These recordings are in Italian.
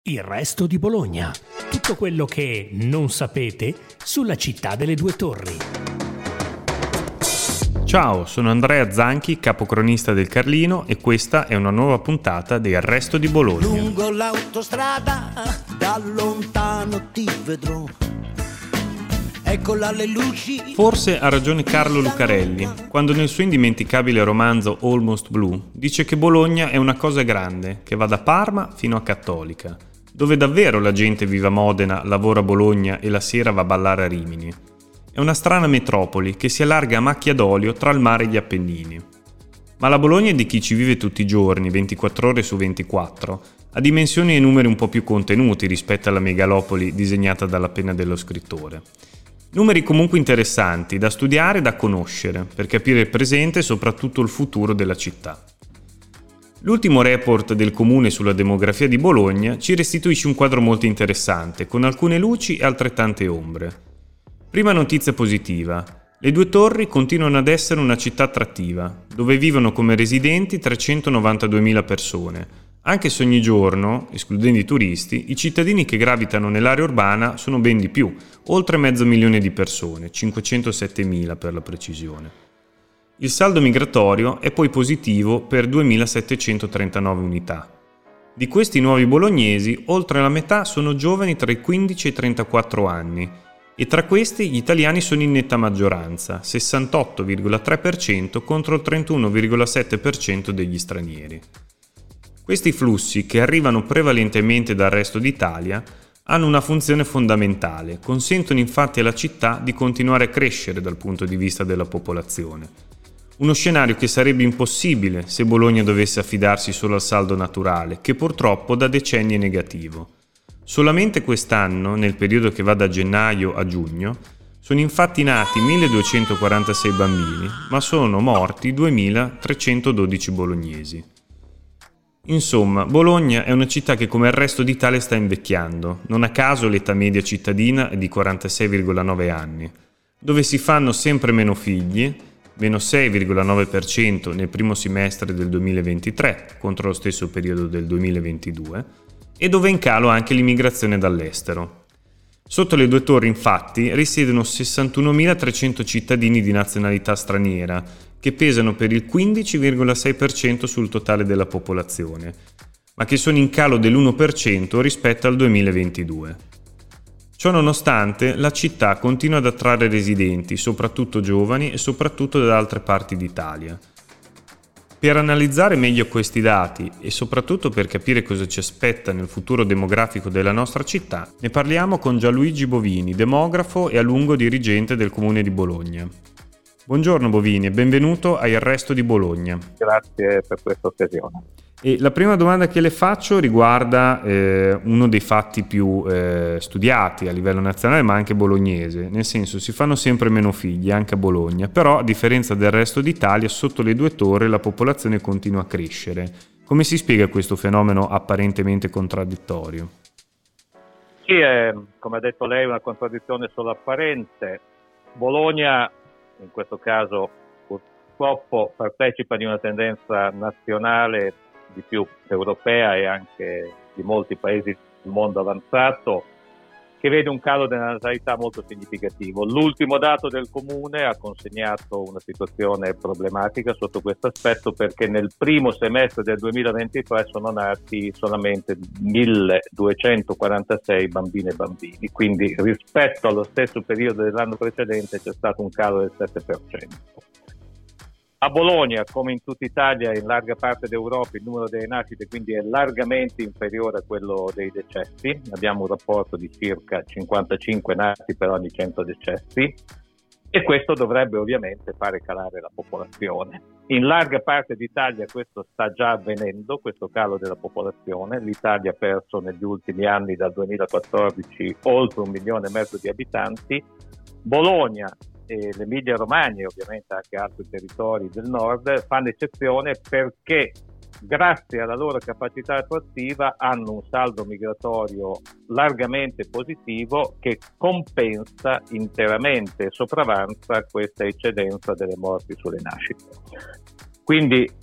Il resto di Bologna. Tutto quello che non sapete sulla città delle due torri. Ciao, sono Andrea Zanchi, capocronista del Carlino, e questa è una nuova puntata di Il resto di Bologna. Lungo l'autostrada, da lontano ti vedrò. Eccola le luci. Forse ha ragione Carlo Lucarelli, quando nel suo indimenticabile romanzo Almost Blue dice che Bologna è una cosa grande, che va da Parma fino a Cattolica, dove davvero la gente vive a Modena, lavora a Bologna e la sera va a ballare a Rimini. È una strana metropoli che si allarga a macchia d'olio tra il mare e gli Appennini. Ma la Bologna di chi ci vive tutti i giorni, 24 ore su 24, ha dimensioni e numeri un po' più contenuti rispetto alla megalopoli disegnata dalla penna dello scrittore. Numeri comunque interessanti, da studiare e da conoscere, per capire il presente e soprattutto il futuro della città. L'ultimo report del Comune sulla demografia di Bologna ci restituisce un quadro molto interessante, con alcune luci e altrettante ombre. Prima notizia positiva: le due torri continuano ad essere una città attrattiva, dove vivono come residenti 392.000 persone, anche se ogni giorno, escludendo i turisti, i cittadini che gravitano nell'area urbana sono ben di più, oltre 500.000 di persone, 507.000 per la precisione. Il saldo migratorio è poi positivo per 2.739 unità. Di questi nuovi bolognesi, oltre la metà sono giovani tra i 15 e i 34 anni, e tra questi gli italiani sono in netta maggioranza, 68,3% contro il 31,7% degli stranieri. Questi flussi, che arrivano prevalentemente dal resto d'Italia, hanno una funzione fondamentale, consentono infatti alla città di continuare a crescere dal punto di vista della popolazione. Uno scenario che sarebbe impossibile se Bologna dovesse affidarsi solo al saldo naturale, che purtroppo da decenni è negativo. Solamente quest'anno, nel periodo che va da gennaio a giugno, sono infatti nati 1.246 bambini, ma sono morti 2.312 bolognesi. Insomma, Bologna è una città che come il resto d'Italia sta invecchiando, non a caso l'età media cittadina è di 46,9 anni, dove si fanno sempre meno figli, meno 6,9% nel primo semestre del 2023 contro lo stesso periodo del 2022, e dove è in calo anche l'immigrazione dall'estero. Sotto le due torri, infatti, risiedono 61.300 cittadini di nazionalità straniera, che pesano per il 15,6% sul totale della popolazione, ma che sono in calo dell'1% rispetto al 2022. Ciò nonostante, la città continua ad attrarre residenti, soprattutto giovani e soprattutto da altre parti d'Italia. Per analizzare meglio questi dati e soprattutto per capire cosa ci aspetta nel futuro demografico della nostra città, ne parliamo con Gianluigi Bovini, demografo e a lungo dirigente del Comune di Bologna. Buongiorno Bovini e benvenuto a Il resto di Bologna. Grazie per questa occasione. E la prima domanda che le faccio riguarda uno dei fatti più studiati a livello nazionale ma anche bolognese, nel senso si fanno sempre meno figli anche a Bologna, però a differenza del resto d'Italia sotto le due torri la popolazione continua a crescere. Come si spiega questo fenomeno apparentemente contraddittorio? Sì, come ha detto lei, una contraddizione solo apparente. Bologna, in questo caso purtroppo, partecipa di una tendenza nazionale, di più europea e anche di molti paesi del mondo avanzato, che vede un calo della natalità molto significativo. L'ultimo dato del Comune ha consegnato una situazione problematica sotto questo aspetto, perché nel primo semestre del 2023 sono nati solamente 1.246 bambine e bambini, quindi rispetto allo stesso periodo dell'anno precedente c'è stato un calo del 7%. A Bologna, come in tutta Italia e in larga parte d'Europa, il numero delle nascite quindi è largamente inferiore a quello dei decessi. Abbiamo un rapporto di circa 55 nati per ogni 100 decessi e questo dovrebbe ovviamente fare calare la popolazione. In larga parte d'Italia questo sta già avvenendo, questo calo della popolazione. L'Italia ha perso negli ultimi anni, dal 2014, oltre 1,5 milioni di abitanti. Bologna e l'Emilia Romagna e ovviamente anche altri territori del nord fanno eccezione perché grazie alla loro capacità attrattiva hanno un saldo migratorio largamente positivo che compensa interamente e sopravanza questa eccedenza delle morti sulle nascite. Quindi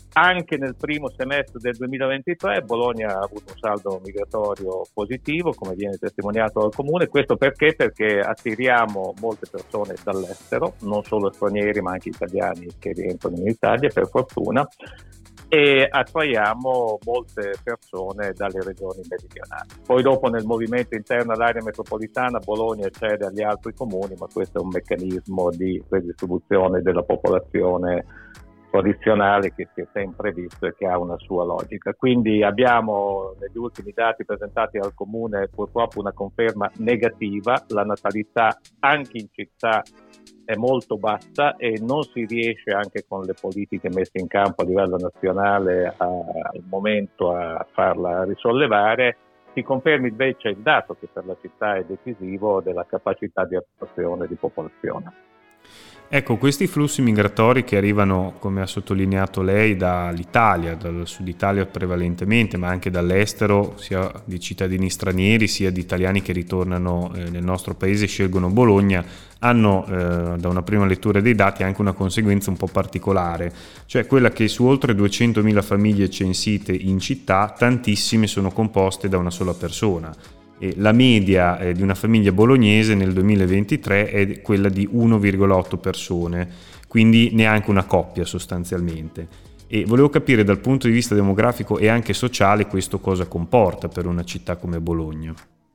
Anche nel primo semestre del 2023 Bologna ha avuto un saldo migratorio positivo, come viene testimoniato dal Comune. Questo perché? Perché attiriamo molte persone dall'estero, non solo stranieri ma anche italiani che rientrano in Italia, per fortuna, e attraiamo molte persone dalle regioni meridionali. Poi dopo nel movimento interno all'area metropolitana Bologna cede agli altri comuni, ma questo è un meccanismo di redistribuzione della popolazione tradizionale che si è sempre visto e che ha una sua logica. Quindi abbiamo negli ultimi dati presentati al Comune purtroppo una conferma negativa, la natalità anche in città è molto bassa e non si riesce anche con le politiche messe in campo a livello nazionale al momento a farla risollevare. Si conferma invece il dato che per la città è decisivo della capacità di attrazione di popolazione. Ecco, questi flussi migratori che arrivano, come ha sottolineato lei, dall'Italia, dal sud Italia prevalentemente, ma anche dall'estero, sia di cittadini stranieri sia di italiani che ritornano nel nostro paese e scelgono Bologna, hanno da una prima lettura dei dati anche una conseguenza un po' particolare, cioè quella che su oltre 200.000 famiglie censite in città, tantissime sono composte da una sola persona. E la media di una famiglia bolognese nel 2023 è quella di 1,8 persone, quindi neanche una coppia sostanzialmente. E volevo capire dal punto di vista demografico e anche sociale questo cosa comporta per una città come Bologna.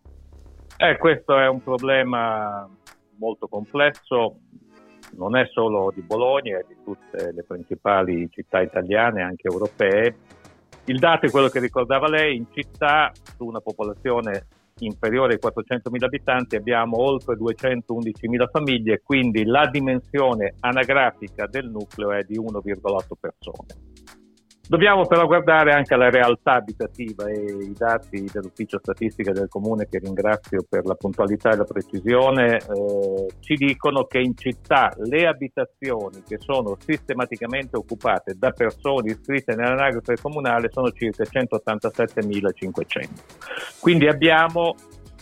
Questo è un problema molto complesso, non è solo di Bologna, è di tutte le principali città italiane, anche europee. Il dato è quello che ricordava lei: in città, su una popolazione inferiore ai 400.000 abitanti abbiamo oltre 211.000 famiglie, quindi la dimensione anagrafica del nucleo è di 1,8 persone. Dobbiamo però guardare anche alla realtà abitativa e i dati dell'Ufficio Statistica del Comune, che ringrazio per la puntualità e la precisione, ci dicono che in città le abitazioni che sono sistematicamente occupate da persone iscritte nell'anagrafe comunale sono circa 187.500. Quindi abbiamo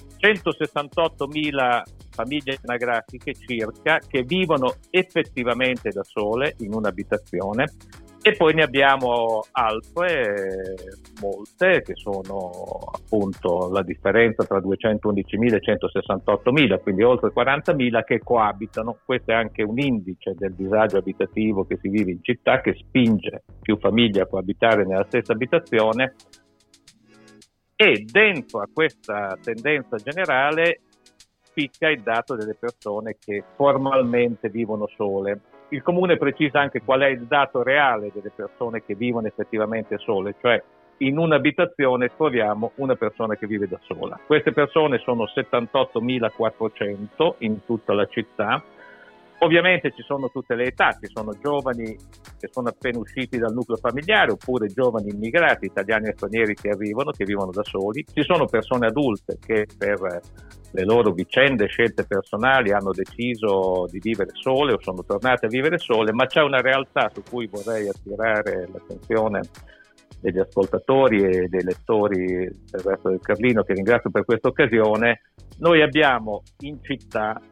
168.000 famiglie anagrafiche circa che vivono effettivamente da sole in un'abitazione. E poi ne abbiamo altre, molte, che sono appunto la differenza tra 211.000 e 168.000, quindi oltre 40.000 che coabitano. Questo è anche un indice del disagio abitativo che si vive in città, che spinge più famiglie a coabitare nella stessa abitazione. E dentro a questa tendenza generale spicca il dato delle persone che formalmente vivono sole. Il Comune precisa anche qual è il dato reale delle persone che vivono effettivamente sole, cioè in un'abitazione troviamo una persona che vive da sola. Queste persone sono 78.400 in tutta la città. Ovviamente ci sono tutte le età, ci sono giovani che sono appena usciti dal nucleo familiare, oppure giovani immigrati, italiani e stranieri che arrivano, che vivono da soli. Ci sono persone adulte che per le loro vicende, scelte personali hanno deciso di vivere sole o sono tornate a vivere sole, ma c'è una realtà su cui vorrei attirare l'attenzione degli ascoltatori e dei lettori del Resto del Carlino, che ringrazio per questa occasione. Noi abbiamo in città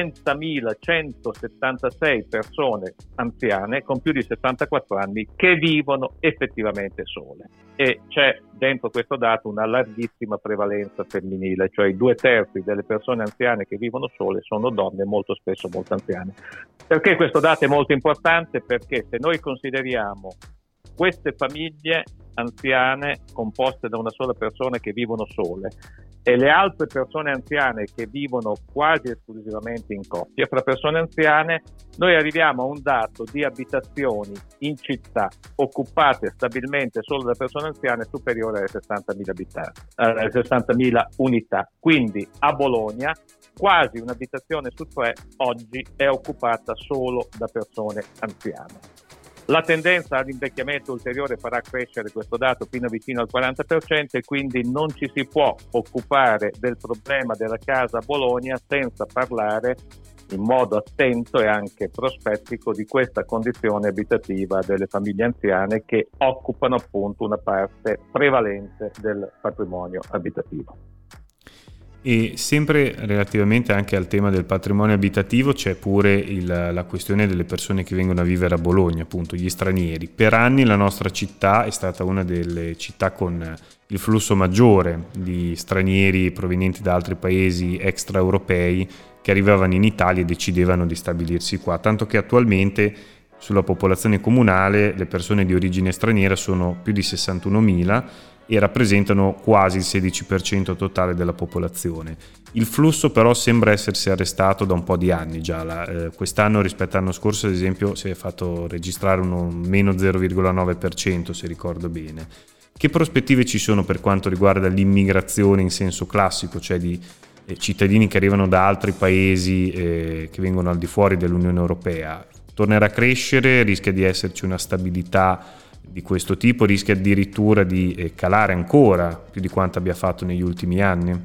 30.176 persone anziane con più di 74 anni che vivono effettivamente sole, e c'è dentro questo dato una larghissima prevalenza femminile, cioè i 2/3 delle persone anziane che vivono sole sono donne, molto spesso molto anziane. Perché questo dato è molto importante? Perché se noi consideriamo queste famiglie anziane composte da una sola persona che vivono sole e le altre persone anziane che vivono quasi esclusivamente in coppia, fra persone anziane noi arriviamo a un dato di abitazioni in città occupate stabilmente solo da persone anziane superiore ai 60.000 unità. Quindi a Bologna quasi un'abitazione su 3 oggi è occupata solo da persone anziane. La tendenza all'invecchiamento ulteriore farà crescere questo dato fino vicino al 40%, e quindi non ci si può occupare del problema della casa a Bologna senza parlare in modo attento e anche prospettico di questa condizione abitativa delle famiglie anziane che occupano appunto una parte prevalente del patrimonio abitativo. E sempre relativamente anche al tema del patrimonio abitativo c'è pure la questione delle persone che vengono a vivere a Bologna, appunto gli stranieri. Per anni la nostra città è stata una delle città con il flusso maggiore di stranieri provenienti da altri paesi extraeuropei che arrivavano in Italia e decidevano di stabilirsi qua, tanto che attualmente sulla popolazione comunale le persone di origine straniera sono più di 61.000 e rappresentano quasi il 16% totale della popolazione. Il flusso però sembra essersi arrestato da un po' di anni già. Quest'anno rispetto all'anno scorso, ad esempio, si è fatto registrare un meno 0,9%, se ricordo bene. Che prospettive ci sono per quanto riguarda l'immigrazione in senso classico, cioè di cittadini che arrivano da altri paesi che vengono al di fuori dell'Unione Europea? Tornerà a crescere? Rischia di esserci una stabilità di questo tipo? Rischia addirittura di calare ancora più di quanto abbia fatto negli ultimi anni?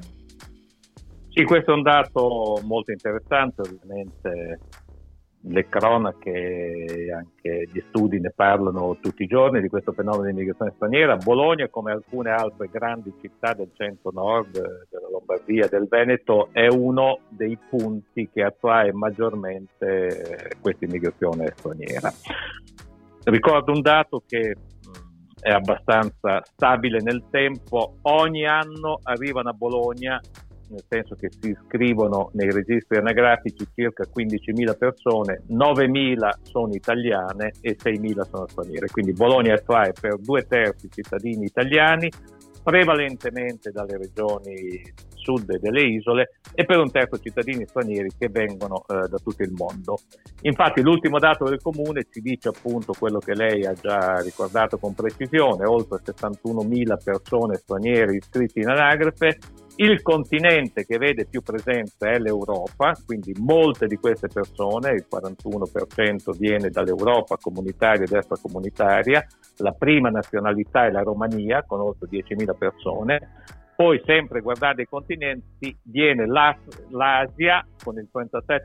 Sì, questo è un dato molto interessante. Ovviamente le cronache e anche gli studi ne parlano tutti i giorni di questo fenomeno di immigrazione straniera. Bologna, come alcune altre grandi città del centro-nord, della Lombardia, del Veneto, è uno dei punti che attrae maggiormente questa immigrazione straniera. Ricordo un dato che è abbastanza stabile nel tempo: ogni anno arrivano a Bologna, nel senso che si iscrivono nei registri anagrafici, circa 15.000 persone, 9.000 sono italiane e 6.000 sono straniere. Quindi Bologna attrae per 2/3 cittadini italiani, prevalentemente dalle regioni sud e delle isole, e per 1/3 cittadini stranieri che vengono da tutto il mondo. Infatti l'ultimo dato del comune ci dice appunto quello che lei ha già ricordato con precisione: oltre 71.000 persone straniere iscritte in anagrafe. Il continente che vede più presenza è l'Europa, quindi molte di queste persone, il 41% viene dall'Europa comunitaria ed extracomunitaria. La prima nazionalità è la Romania, con oltre 10.000 persone. Poi, sempre guardando i continenti, viene l'Asia con il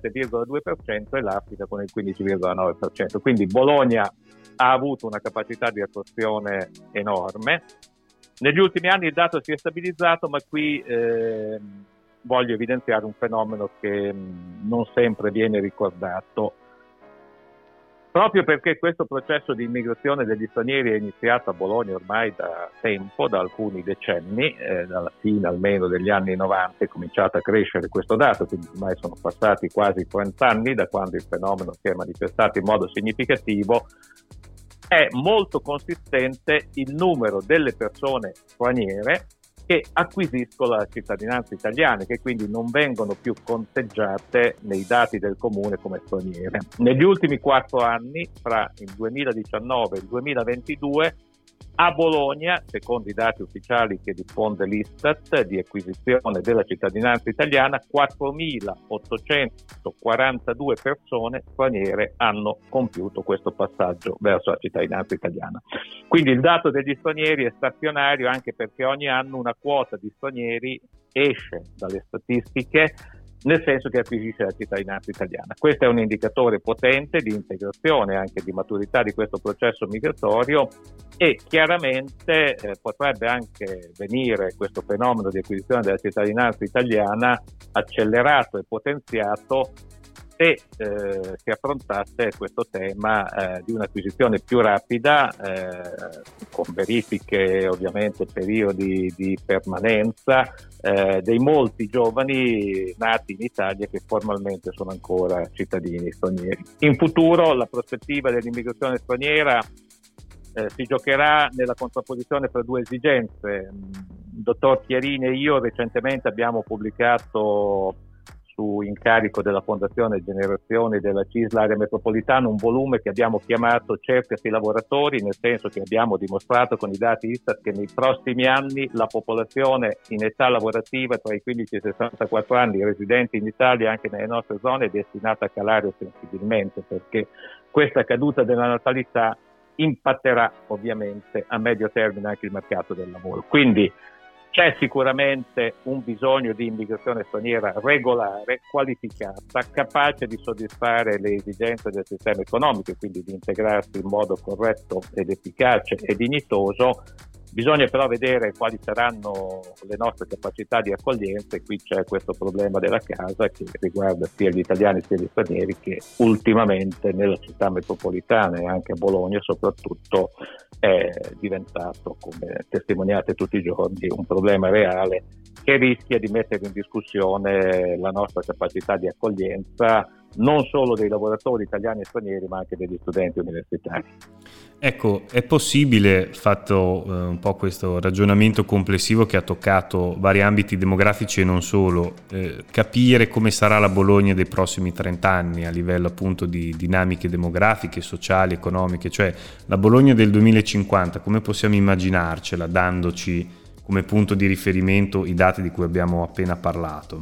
37,2% e l'Africa con il 15,9%. Quindi Bologna ha avuto una capacità di attrazione enorme. Negli ultimi anni il dato si è stabilizzato, ma qui voglio evidenziare un fenomeno che non sempre viene ricordato. Proprio perché questo processo di immigrazione degli stranieri è iniziato a Bologna ormai da tempo, da alcuni decenni, dalla fine almeno degli anni 90 è cominciato a crescere questo dato, quindi ormai sono passati quasi 30 anni da quando il fenomeno si è manifestato in modo significativo. È molto consistente il numero delle persone straniere che acquisiscono la cittadinanza italiana, che quindi non vengono più conteggiate nei dati del comune come straniere. Negli ultimi 4 anni, fra il 2019 e il 2022, a Bologna, secondo i dati ufficiali che diffonde l'Istat di acquisizione della cittadinanza italiana, 4.842 persone straniere hanno compiuto questo passaggio verso la cittadinanza italiana. Quindi il dato degli stranieri è stazionario, anche perché ogni anno una quota di stranieri esce dalle statistiche, nel senso che acquisisce la cittadinanza italiana. Questo è un indicatore potente di integrazione, anche di maturità di questo processo migratorio, e chiaramente potrebbe anche venire questo fenomeno di acquisizione della cittadinanza italiana accelerato e potenziato se si affrontasse questo tema di un'acquisizione più rapida, con verifiche ovviamente, periodi di permanenza dei molti giovani nati in Italia che formalmente sono ancora cittadini stranieri. In futuro la prospettiva dell'immigrazione straniera si giocherà nella contrapposizione tra due esigenze. Il dottor Chiarini e io recentemente abbiamo pubblicato, su incarico della Fondazione Generazioni della CISL Area Metropolitana, un volume che abbiamo chiamato Cercasi lavoratori, nel senso che abbiamo dimostrato con i dati Istat che nei prossimi anni la popolazione in età lavorativa tra i 15 e i 64 anni residenti in Italia, anche nelle nostre zone, è destinata a calare sensibilmente, perché questa caduta della natalità impatterà ovviamente a medio termine anche il mercato del lavoro. Quindi c'è sicuramente un bisogno di immigrazione straniera regolare, qualificata, capace di soddisfare le esigenze del sistema economico e quindi di integrarsi in modo corretto ed efficace e dignitoso. Bisogna però vedere quali saranno le nostre capacità di accoglienza, e qui c'è questo problema della casa che riguarda sia gli italiani sia gli stranieri, che ultimamente nella città metropolitana e anche a Bologna soprattutto è diventato, come testimoniate tutti i giorni, un problema reale che rischia di mettere in discussione la nostra capacità di accoglienza non solo dei lavoratori italiani e stranieri, ma anche degli studenti universitari. Ecco, è possibile, fatto un po' questo ragionamento complessivo che ha toccato vari ambiti demografici e non solo, capire come sarà la Bologna dei prossimi 30 anni a livello appunto di dinamiche demografiche, sociali, economiche, cioè la Bologna del 2050, come possiamo immaginarcela dandoci come punto di riferimento i dati di cui abbiamo appena parlato?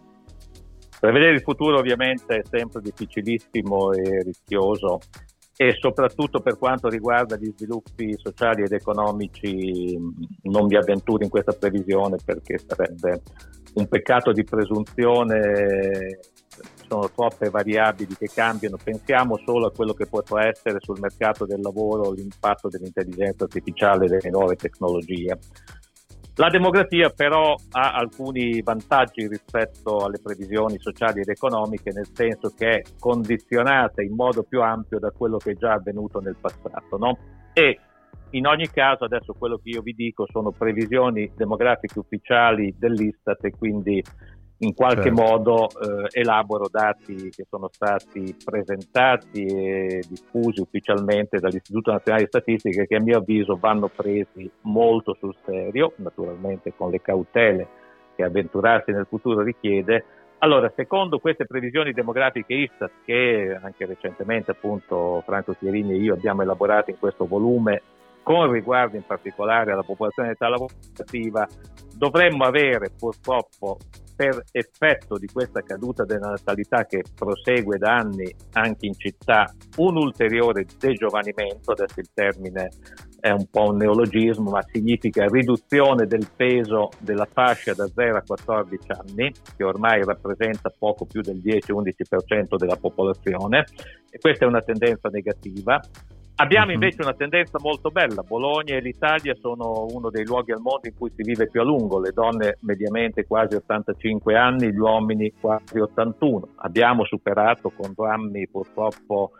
Prevedere il futuro ovviamente è sempre difficilissimo e rischioso, e soprattutto per quanto riguarda gli sviluppi sociali ed economici non vi avventuro in questa previsione, perché sarebbe un peccato di presunzione. Sono troppe variabili che cambiano. Pensiamo solo a quello che potrà essere sul mercato del lavoro l'impatto dell'intelligenza artificiale e delle nuove tecnologie. La demografia però ha alcuni vantaggi rispetto alle previsioni sociali ed economiche, nel senso che è condizionata in modo più ampio da quello che è già avvenuto nel passato, no? E in ogni caso adesso quello che io vi dico sono previsioni demografiche ufficiali dell'Istat, e quindi in qualche modo elaboro dati che sono stati presentati e diffusi ufficialmente dall'Istituto Nazionale di Statistica, che a mio avviso vanno presi molto sul serio, naturalmente con le cautele che avventurarsi nel futuro richiede. Allora, secondo queste previsioni demografiche Istat, che anche recentemente appunto Franco Chierini e io abbiamo elaborato in questo volume, con riguardo in particolare alla popolazione in età lavorativa, dovremmo avere purtroppo, per effetto di questa caduta della natalità che prosegue da anni anche in città, un ulteriore degiovanimento. Adesso il termine è un po' un neologismo, ma significa riduzione del peso della fascia da 0 a 14 anni, che ormai rappresenta poco più del 10-11% della popolazione, e questa è una tendenza negativa. Abbiamo invece una tendenza molto bella. Bologna e l'Italia sono uno dei luoghi al mondo in cui si vive più a lungo, le donne mediamente quasi 85 anni, gli uomini quasi 81. Abbiamo superato con drammi purtroppo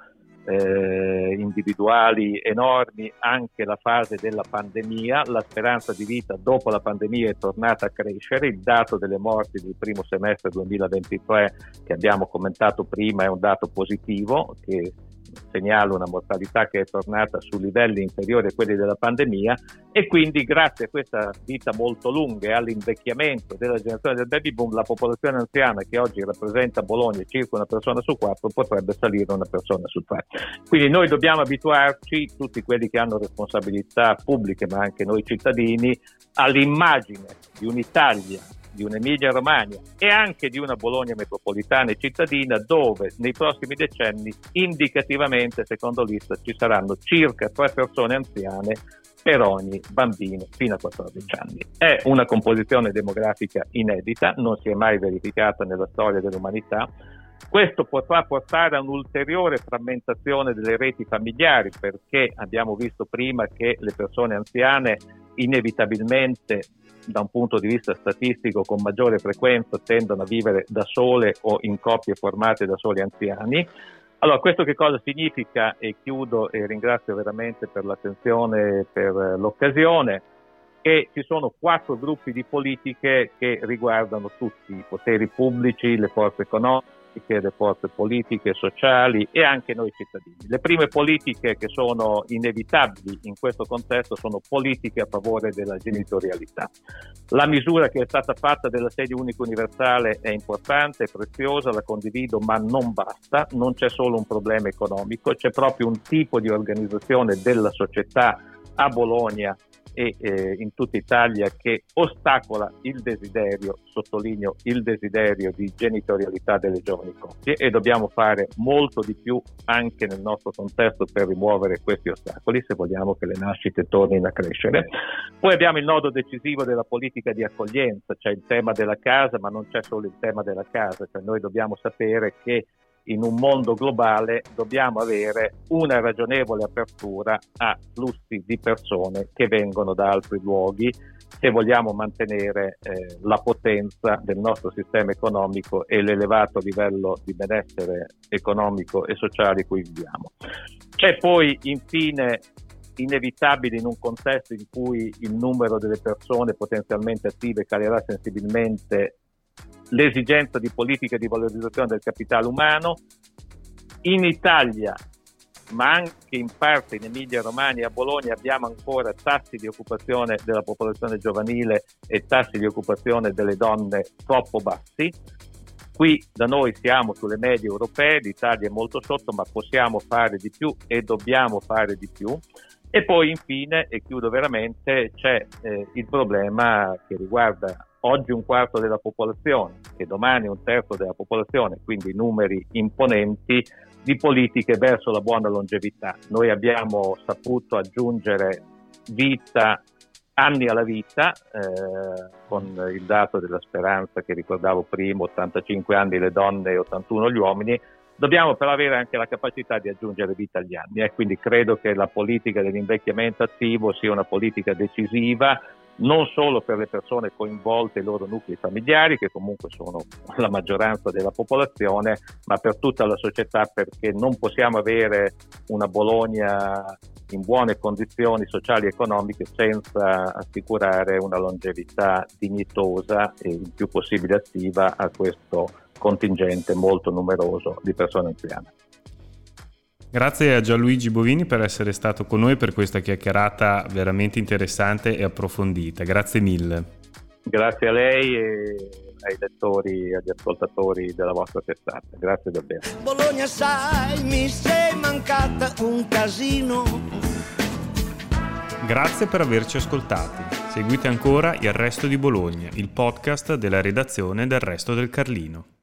individuali enormi anche la fase della pandemia. La speranza di vita dopo la pandemia è tornata a crescere. Il dato delle morti del primo semestre 2023 che abbiamo commentato prima è un dato positivo, che segnala una mortalità che è tornata su livelli inferiori a quelli della pandemia, e quindi grazie a questa vita molto lunga e all'invecchiamento della generazione del baby boom, la popolazione anziana, che oggi rappresenta a Bologna circa una persona su 4, potrebbe salire a una persona su 3. Quindi noi dobbiamo abituarci, tutti quelli che hanno responsabilità pubbliche ma anche noi cittadini, all'immagine di un'Italia, di un'Emilia Romagna e anche di una Bologna metropolitana e cittadina, dove nei prossimi decenni indicativamente, secondo l'Istat, ci saranno circa 3 persone anziane per ogni bambino fino a 14 anni. È una composizione demografica inedita, non si è mai verificata nella storia dell'umanità. Questo potrà portare a un'ulteriore frammentazione delle reti familiari, perché abbiamo visto prima che le persone anziane inevitabilmente, da un punto di vista statistico, con maggiore frequenza tendono a vivere da sole o in coppie formate da soli anziani. Allora, questo che cosa significa? E chiudo e ringrazio veramente per l'attenzione, per l'occasione, che ci sono 4 gruppi di politiche che riguardano tutti i poteri pubblici, le forze economiche, le forze politiche, sociali e anche noi cittadini. Le prime politiche che sono inevitabili in questo contesto sono politiche a favore della genitorialità. La misura che è stata fatta dell'assegno unico universale è importante, è preziosa, la condivido, ma non basta. Non c'è solo un problema economico, c'è proprio un tipo di organizzazione della società a Bologna e in tutta Italia che ostacola il desiderio, sottolineo il desiderio di genitorialità delle giovani coppie, e dobbiamo fare molto di più anche nel nostro contesto per rimuovere questi ostacoli se vogliamo che le nascite tornino a crescere. Poi abbiamo il nodo decisivo della politica di accoglienza, c'è il tema della casa, ma non c'è solo il tema della casa, cioè noi dobbiamo sapere che in un mondo globale dobbiamo avere una ragionevole apertura a flussi di persone che vengono da altri luoghi, se vogliamo mantenere la potenza del nostro sistema economico e l'elevato livello di benessere economico e sociale in cui viviamo. C'è poi infine inevitabile, in un contesto in cui il numero delle persone potenzialmente attive calerà sensibilmente, l'esigenza di politiche di valorizzazione del capitale umano. In Italia, ma anche in parte in Emilia-Romagna e a Bologna, abbiamo ancora tassi di occupazione della popolazione giovanile e tassi di occupazione delle donne troppo bassi. Qui da noi siamo sulle medie europee, l'Italia è molto sotto, ma possiamo fare di più e dobbiamo fare di più. E poi infine, e chiudo veramente, c'è il problema che riguarda oggi un quarto della popolazione e domani un terzo della popolazione, quindi numeri imponenti di politiche verso la buona longevità. Noi abbiamo saputo aggiungere anni alla vita, con il dato della speranza che ricordavo prima, 85 anni le donne e 81 gli uomini. Dobbiamo però avere anche la capacità di aggiungere vita agli anni, e quindi credo che la politica dell'invecchiamento attivo sia una politica decisiva, non solo per le persone coinvolte e i loro nuclei familiari, che comunque sono la maggioranza della popolazione, ma per tutta la società, perché non possiamo avere una Bologna in buone condizioni sociali e economiche senza assicurare una longevità dignitosa e il più possibile attiva a questo contingente molto numeroso di persone anziane. Grazie a Gianluigi Bovini per essere stato con noi per questa chiacchierata veramente interessante e approfondita. Grazie mille. Grazie a lei e ai lettori e agli ascoltatori della vostra testata. Grazie davvero. Bologna, sai, mi sei mancata un casino. Grazie per averci ascoltati. Seguite ancora Il Resto di Bologna, il podcast della redazione del Resto del Carlino.